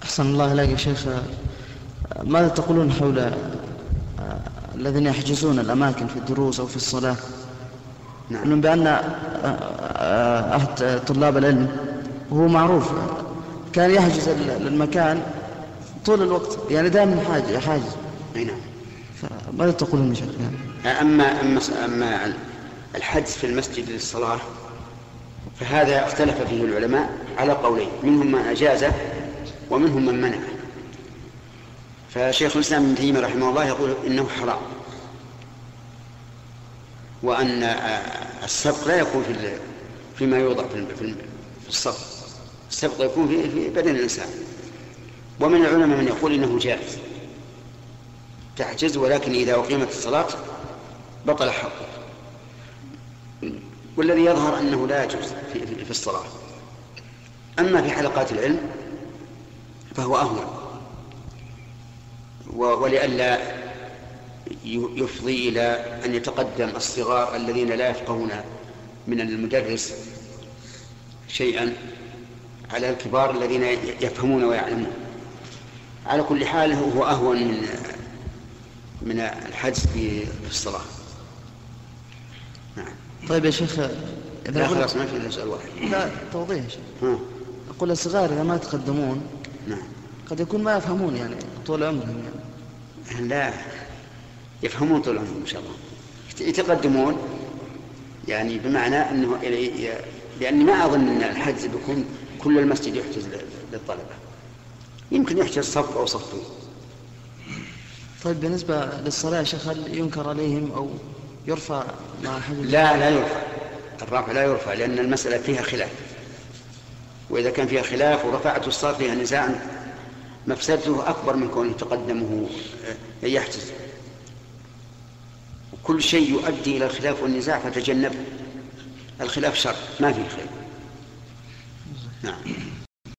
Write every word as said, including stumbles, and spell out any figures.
أحسن الله إليك يا شيخ. ماذا تقولون حول الذين يحجزون الأماكن في الدروس أو في الصلاة؟ نعم. بأن أحد طلاب العلم وهو معروف كان يحجز المكان طول الوقت، يعني دائما حاجز حاجز. نعم. فماذا تقولون يا شيخ؟ أما أما أما الحجز في المسجد للصلاة فهذا اختلف فيه العلماء على قولين، منهم من أجازه ومنهم من منعه. فشيخ الإسلام ابن تيمية رحمه الله يقول إنه حرام، وأن السبق لا يكون في فيما يوضع في الصف، السبق يكون في في بدن الإنسان. ومن العلماء من يقول إنه جائز تحجز، ولكن إذا أقيمت الصلاة بطل حقه. والذي يظهر أنه لا يجوز في, في, في الصلاة. أما في حلقات العلم فهو أهون، ولئلا يفضي إلى أن يتقدم الصغار الذين لا يفقهون من المدرس شيئا على الكبار الذين يفهمون ويعلمون. على كل حال هو أهون من من الحجز في الصلاة. نعم. طيب يا شيخ، لا خلاص ما في إلا سؤال واحد. لا توضيح يا شيخ. أقول الصغار إذا ما يتقدمون نعم قد يكون ما يفهمون يعني طول عمرهم يعني. لا يفهمون طول عمرهم إن شاء الله، يتقدمون يعني بمعنى أنه لأني ما أظن أن الحجز بيكون كل المسجد يحجز للطلبة، يمكن يحجز صف أو صفين. طيب بالنسبة للصلاة شيخ، هل ينكر عليهم أو يرفع مع حجز؟ لا لا يرفع، الرفع لا يرفع، لأن المسألة فيها خلاف، وإذا كان فيها خلاف ورفعته الصلاة فيها نزاع مفسدته أكبر من كونه يتقدمه يحجز. وكل شيء يؤدي إلى الخلاف والنزاع فتجنب، الخلاف شر ما فيه خير. نعم.